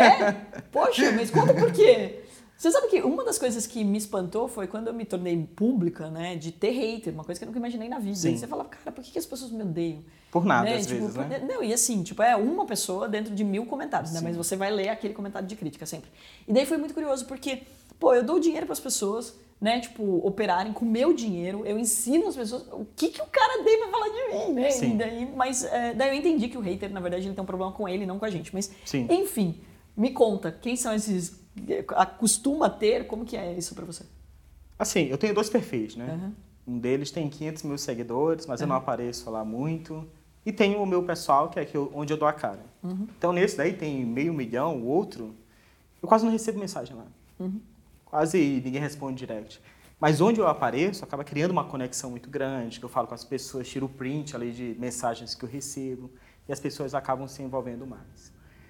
Poxa, mas conta por quê? Você sabe que uma das coisas que me espantou foi quando eu me tornei pública, né? De ter hater, uma coisa que eu nunca imaginei na vida. E você falava, cara, por que as pessoas me odeiam? Por nada, né? às vezes, né? Não, e assim, uma pessoa dentro de 1000 comentários, né? Mas você vai ler aquele comentário de crítica sempre. E daí foi muito curioso, porque, eu dou dinheiro para as pessoas, né, operarem com o meu dinheiro, eu ensino as pessoas o que o cara tem pra falar de mim, né? Sim. E daí eu entendi que o hater, na verdade, ele tem um problema com ele, não com a gente. Mas, Sim. enfim, me conta, quem são esses... Acostuma ter, como que é isso pra você? Assim, eu tenho 2 perfis, né? Um deles tem 500 mil seguidores, mas eu não apareço lá muito. E tem o meu pessoal, que é onde eu dou a cara. Então, nesse daí tem 500 mil, o outro, eu quase não recebo mensagem lá. Quase ninguém responde direct. Mas onde eu apareço, acaba criando uma conexão muito grande, que eu falo com as pessoas, tiro o print ali de mensagens que eu recebo, e as pessoas acabam se envolvendo mais.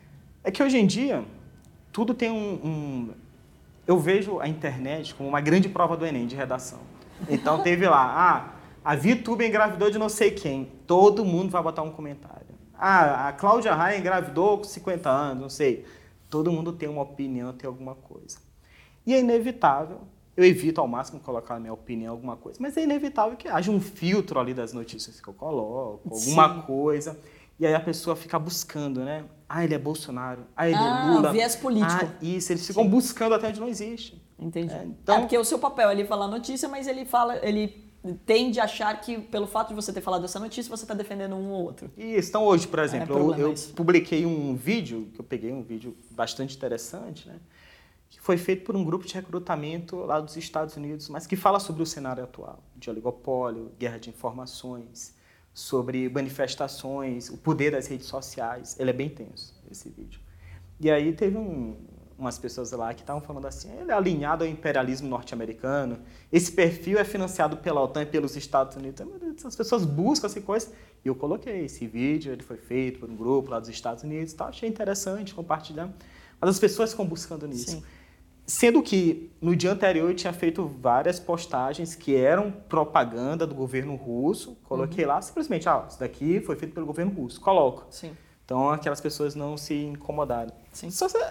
É que hoje em dia, tudo tem eu vejo a internet como uma grande prova do Enem de redação. Então teve lá, a VTube engravidou de não sei quem. Todo mundo vai botar um comentário. A Cláudia Raia engravidou com 50 anos, não sei. Todo mundo tem uma opinião, tem alguma coisa. E é inevitável, eu evito ao máximo colocar a minha opinião em alguma coisa, mas é inevitável que haja um filtro ali das notícias que eu coloco, alguma coisa, e aí a pessoa fica buscando, né? Ele é Bolsonaro, ele é Lula. Viés político. Isso, eles ficam buscando até onde não existe. Entendi. Então, porque o seu papel é ele falar notícia, mas ele tende a achar que pelo fato de você ter falado essa notícia, você está defendendo um ou outro. Isso, então hoje, por exemplo, eu publiquei um vídeo, que eu peguei um vídeo bastante interessante, né? Que foi feito por um grupo de recrutamento lá dos Estados Unidos, mas que fala sobre o cenário atual, de oligopólio, guerra de informações, sobre manifestações, o poder das redes sociais. Ele é bem tenso, esse vídeo. E aí teve umas pessoas lá que estavam falando assim, ele é alinhado ao imperialismo norte-americano, esse perfil é financiado pela OTAN e pelos Estados Unidos. As pessoas buscam essa coisa. E eu coloquei esse vídeo, ele foi feito por um grupo lá dos Estados Unidos, tá? Achei interessante compartilhar. Mas as pessoas ficam buscando nisso. Sim. Sendo que no dia anterior eu tinha feito várias postagens que eram propaganda do governo russo. Coloquei lá simplesmente, isso daqui foi feito pelo governo russo. Coloco. Sim. Então aquelas pessoas não se incomodaram. Sim.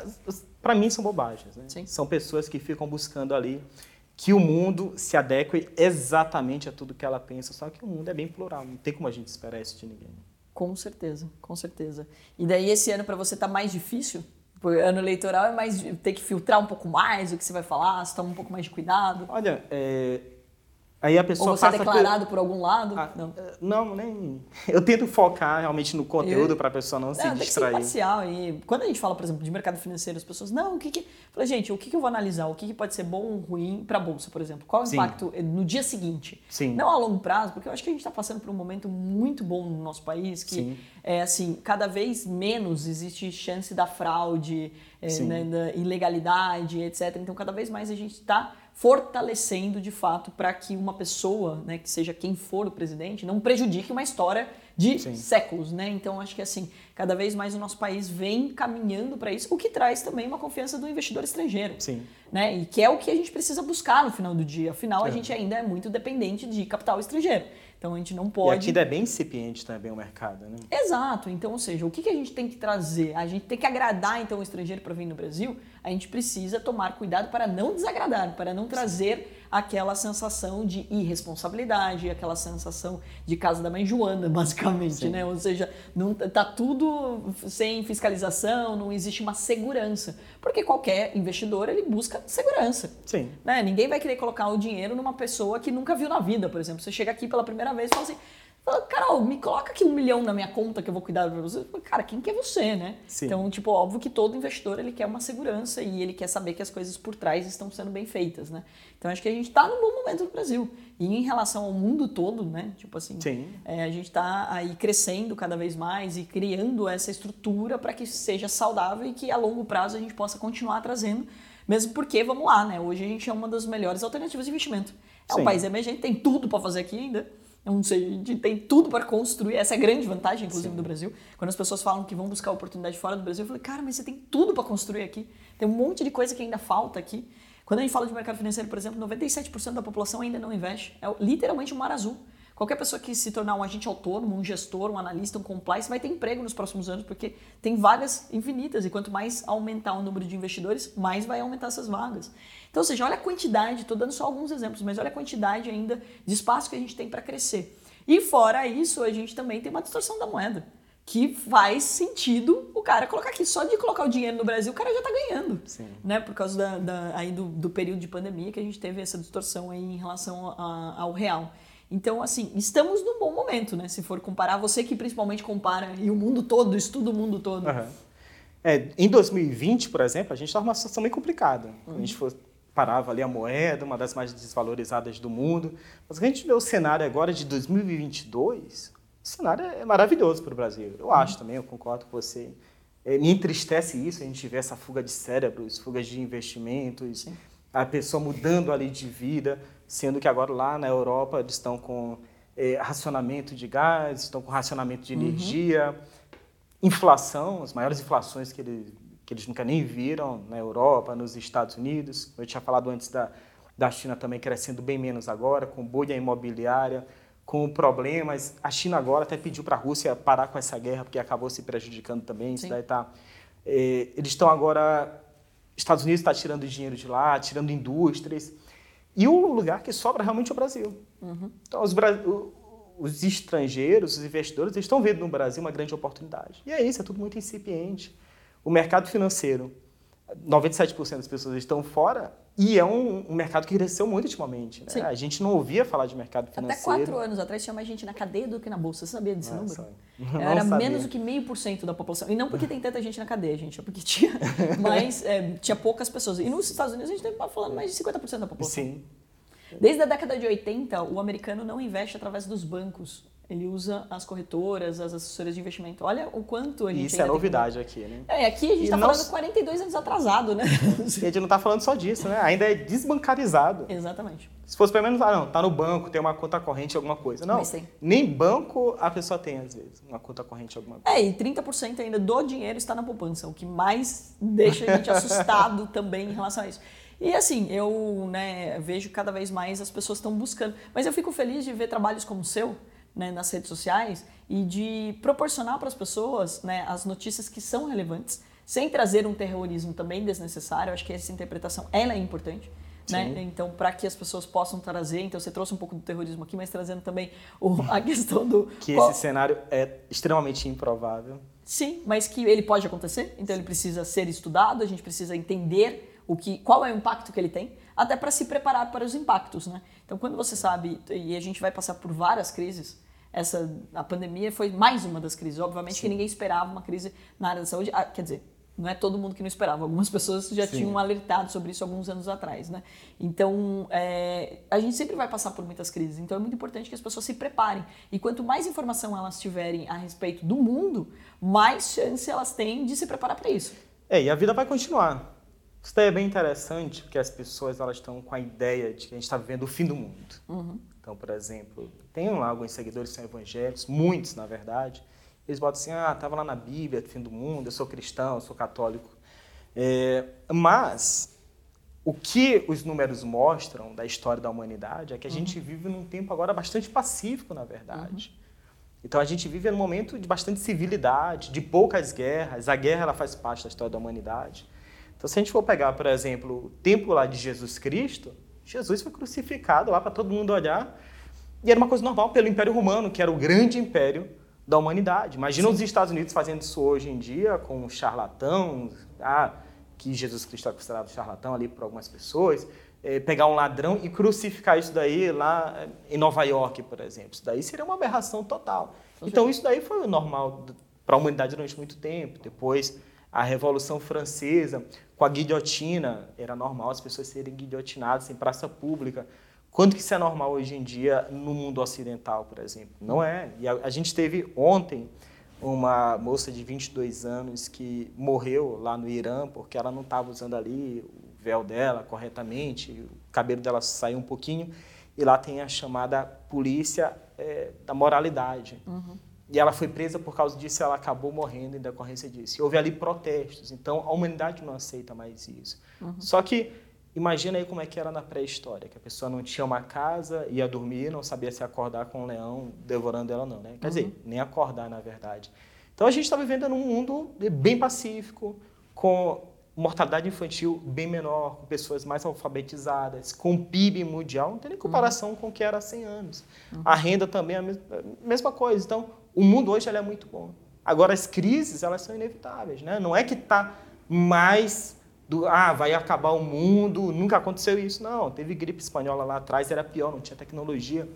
Para mim são bobagens, né? Sim. São pessoas que ficam buscando ali que o mundo se adeque exatamente a tudo que ela pensa. Só que o mundo é bem plural, não tem como a gente esperar isso de ninguém. Com certeza, com certeza. E daí esse ano para você tá mais difícil? Porque ano eleitoral é mais ter que filtrar um pouco mais o que você vai falar, você toma um pouco mais de cuidado. Olha, aí a pessoa ou você é declarado por algum lado? Não, nem... Eu tento focar realmente no conteúdo para a pessoa não se distrair. Tem que ser imparcial. E quando a gente fala, por exemplo, de mercado financeiro, as pessoas, não, Fala, gente, o que eu vou analisar? O que pode ser bom ou ruim para a Bolsa, por exemplo? Qual o impacto no dia seguinte? Sim. Não a longo prazo, porque eu acho que a gente está passando por um momento muito bom no nosso país, que cada vez menos existe chance da fraude, né, da ilegalidade, etc. Então, cada vez mais a gente está fortalecendo, de fato, para que uma pessoa, né, que seja quem for o presidente, não prejudique uma história de séculos, né? Então, acho que assim, cada vez mais o nosso país vem caminhando para isso, o que traz também uma confiança do investidor estrangeiro, né? E que é o que a gente precisa buscar no final do dia. Afinal, a gente ainda é muito dependente de capital estrangeiro. Então, a gente não pode... E aqui ainda é bem incipiente também o mercado, né? Exato. Então, ou seja, o que a gente tem que trazer? A gente tem que agradar, então, o estrangeiro para vir no Brasil? A gente precisa tomar cuidado para não desagradar, para não trazer aquela sensação de irresponsabilidade, aquela sensação de casa da mãe Joana, basicamente, né? Ou seja, não tá tudo sem fiscalização, não existe uma segurança. Porque qualquer investidor, ele busca segurança. Né? Ninguém vai querer colocar o dinheiro numa pessoa que nunca viu na vida, por exemplo. Você chega aqui pela primeira vez e fala assim: Carol, me coloca aqui 1 milhão na minha conta que eu vou cuidar pra você. Cara, quem que é você, né? Então, tipo, óbvio que todo investidor, ele quer uma segurança e ele quer saber que as coisas por trás estão sendo bem feitas, né? Então, acho que a gente tá num bom momento no Brasil. E em relação ao mundo todo, né? Tipo assim, a gente tá aí crescendo cada vez mais e criando essa estrutura para que seja saudável e que a longo prazo a gente possa continuar trazendo. Mesmo porque, vamos lá, né? Hoje a gente é uma das melhores alternativas de investimento. É um país emergente, tem tudo para fazer aqui ainda. Não sei, a gente tem tudo para construir. Essa é a grande vantagem, inclusive, do Brasil. Quando as pessoas falam que vão buscar oportunidade fora do Brasil, eu falei, cara, mas você tem tudo para construir aqui. Tem um monte de coisa que ainda falta aqui. Quando a gente fala de mercado financeiro, por exemplo, 97% da população ainda não investe. É literalmente um mar azul. Qualquer pessoa que se tornar um agente autônomo, um gestor, um analista, um compliance, vai ter emprego nos próximos anos, porque tem vagas infinitas. E quanto mais aumentar o número de investidores, mais vai aumentar essas vagas. Então, ou seja, olha a quantidade, estou dando só alguns exemplos, mas olha a quantidade ainda de espaço que a gente tem para crescer. E fora isso, a gente também tem uma distorção da moeda, que faz sentido o cara colocar aqui. Só de colocar o dinheiro no Brasil, o cara já está ganhando. Né? Por causa aí do período de pandemia que a gente teve essa distorção aí em relação ao real. Então, assim, estamos num bom momento, né? Se for comparar, você que principalmente compara e o mundo todo, estuda o mundo todo. Em 2020, por exemplo, a gente estava numa situação meio complicada. A gente parava ali a moeda, uma das mais desvalorizadas do mundo. Mas a gente vê o cenário agora de 2022, o cenário é maravilhoso para o Brasil. Eu acho também, eu concordo com você. Me entristece isso, a gente vê essa fuga de cérebros, fugas de investimentos, a pessoa mudando ali de vida, sendo que agora lá na Europa eles estão com racionamento de gás, estão com racionamento de energia, inflação, as maiores inflações que eles nunca nem viram na Europa, nos Estados Unidos. Eu tinha falado antes da China também crescendo bem menos agora, com bolha imobiliária, com problemas. A China agora até pediu para a Rússia parar com essa guerra, porque acabou se prejudicando também. Isso daí tá, eles estão agora... Estados Unidos está tirando dinheiro de lá, tirando indústrias. E o lugar que sobra realmente é o Brasil. Então, os estrangeiros, os investidores, eles estão vendo no Brasil uma grande oportunidade. E é isso, é tudo muito incipiente. O mercado financeiro, 97% das pessoas estão fora e é um mercado que cresceu muito ultimamente. Né? A gente não ouvia falar de mercado financeiro. Até 4 anos atrás tinha mais gente na cadeia do que na bolsa. Você sabia desse número? Era menos do que 0,5% da população. E não porque tem tanta gente na cadeia, gente. É porque tinha tinha poucas pessoas. E nos Estados Unidos a gente está falando mais de 50% da população. Desde a década de 80, o americano não investe através dos bancos. Ele usa as corretoras, as assessorias de investimento. Olha o quanto a gente Isso é novidade aqui, né? Aqui a gente está falando 42 anos atrasado, né? E a gente não está falando só disso, né? Ainda é desbancarizado. Exatamente. Se fosse pelo menos, tá no banco, tem uma conta corrente, alguma coisa. Não, nem banco a pessoa tem, às vezes, uma conta corrente, alguma coisa. E 30% ainda do dinheiro está na poupança, o que mais deixa a gente assustado também em relação a isso. E assim, eu vejo cada vez mais as pessoas estão buscando. Mas eu fico feliz de ver trabalhos como o seu, né, nas redes sociais e de proporcionar para as pessoas, né, as notícias que são relevantes, sem trazer um terrorismo também desnecessário. Eu acho que essa interpretação ela é importante. Né? Então, para que as pessoas possam trazer, então você trouxe um pouco do terrorismo aqui, mas trazendo também a questão do... Que esse cenário é extremamente improvável. Sim, mas que ele pode acontecer, então ele precisa ser estudado, a gente precisa entender qual é o impacto que ele tem, até para se preparar para os impactos, né? Então, quando você sabe, e a gente vai passar por várias crises, a pandemia foi mais uma das crises. Obviamente que ninguém esperava uma crise na área da saúde, quer dizer, não é todo mundo que não esperava, algumas pessoas já tinham alertado sobre isso alguns anos atrás, né? Então, a gente sempre vai passar por muitas crises, então é muito importante que as pessoas se preparem. E quanto mais informação elas tiverem a respeito do mundo, mais chance elas têm de se preparar para isso. E a vida vai continuar. Isso daí é bem interessante, porque as pessoas elas estão com a ideia de que a gente está vivendo o fim do mundo. Então, por exemplo, tem lá alguns seguidores que são evangélicos, muitos, na verdade, eles botam assim, estava lá na Bíblia, fim do mundo, eu sou cristão, eu sou católico. Mas o que os números mostram da história da humanidade é que a gente vive num tempo agora bastante pacífico, na verdade. Então, a gente vive num momento de bastante civilidade, de poucas guerras. A guerra ela faz parte da história da humanidade. Então, se a gente for pegar, por exemplo, o tempo lá de Jesus Cristo, Jesus foi crucificado lá para todo mundo olhar, e era uma coisa normal pelo Império Romano, que era o grande império da humanidade. Imagina os Estados Unidos fazendo isso hoje em dia, com um charlatão, que Jesus Cristo é considerado charlatão ali por algumas pessoas, pegar um ladrão e crucificar isso daí lá em Nova York, por exemplo. Isso daí seria uma aberração total. Então, isso daí foi o normal para a humanidade durante muito tempo. Depois, a Revolução Francesa, com a guilhotina, era normal as pessoas serem guilhotinadas em praça pública. Quanto que isso é normal hoje em dia no mundo ocidental, por exemplo? Não é. E a gente teve ontem uma moça de 22 anos que morreu lá no Irã porque ela não estava usando ali o véu dela corretamente, o cabelo dela saiu um pouquinho, e lá tem a chamada polícia da moralidade. E ela foi presa por causa disso, ela acabou morrendo em decorrência disso. E houve ali protestos, então a humanidade não aceita mais isso. Só que imagina aí como é que era na pré-história, que a pessoa não tinha uma casa, ia dormir, não sabia se acordar com um leão devorando ela não, né? Quer dizer, nem acordar, na verdade. Então a gente está vivendo num mundo bem pacífico, com mortalidade infantil bem menor, com pessoas mais alfabetizadas, com PIB mundial, não tem nem comparação com o que era há 100 anos. A renda também é a mesma coisa. Então, o mundo hoje ele é muito bom. Agora, as crises, elas são inevitáveis, né? Não é que está mais vai acabar o mundo, nunca aconteceu isso. Não, teve gripe espanhola lá atrás, era pior, não tinha tecnologia,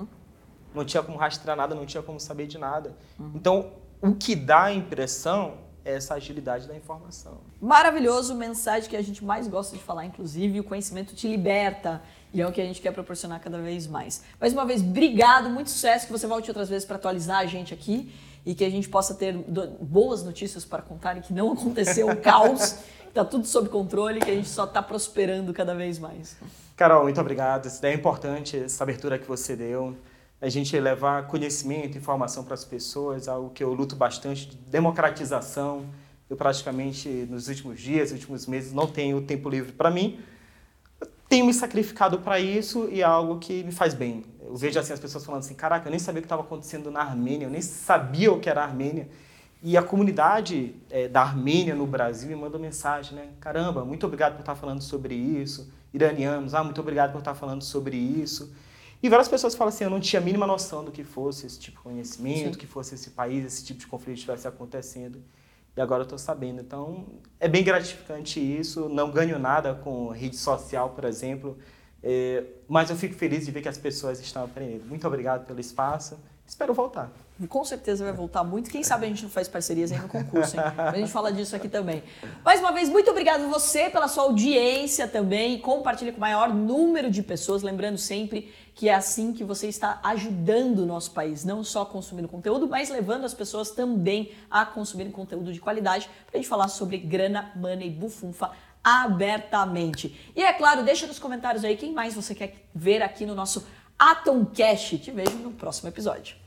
não tinha como rastrear nada, não tinha como saber de nada. Então, o que dá a impressão é essa agilidade da informação. Maravilhoso, mensagem que a gente mais gosta de falar, inclusive, o conhecimento te liberta, e é o que a gente quer proporcionar cada vez mais. Mais uma vez, obrigado, muito sucesso, que você volte outras vezes para atualizar a gente aqui, e que a gente possa ter boas notícias para contar, e que não aconteceu um caos, está tudo sob controle, que a gente só está prosperando cada vez mais. Carol, muito obrigado, isso daí é importante, essa abertura que você deu. A gente levar conhecimento, informação para as pessoas, algo que eu luto bastante, de democratização. Eu praticamente, nos últimos dias, nos últimos meses, não tenho tempo livre para mim. Eu tenho me sacrificado para isso e é algo que me faz bem. Eu vejo assim, as pessoas falando assim, caraca, eu nem sabia o que estava acontecendo na Armênia, eu nem sabia o que era a Armênia. E a comunidade da Armênia no Brasil me mandou mensagem, né? Caramba, muito obrigado por estar falando sobre isso. Iranianos, muito obrigado por estar falando sobre isso. E várias pessoas falam assim, eu não tinha a mínima noção do que fosse esse tipo de conhecimento, que fosse esse país, esse tipo de conflito estivesse acontecendo. E agora eu estou sabendo. Então, é bem gratificante isso. Não ganho nada com rede social, por exemplo. Mas eu fico feliz de ver que as pessoas estão aprendendo. Muito obrigado pelo espaço. Espero voltar. Com certeza vai voltar muito. Quem sabe a gente não faz parcerias aí no concurso, hein? A gente fala disso aqui também. Mais uma vez, muito obrigado você pela sua audiência também. Compartilhe com o maior número de pessoas. Lembrando sempre que é assim que você está ajudando o nosso país. Não só consumindo conteúdo, mas levando as pessoas também a consumirem conteúdo de qualidade. Pra gente falar sobre grana, money, bufunfa abertamente. E é claro, deixa nos comentários aí quem mais você quer ver aqui no nosso Atomcast. Te vejo no próximo episódio.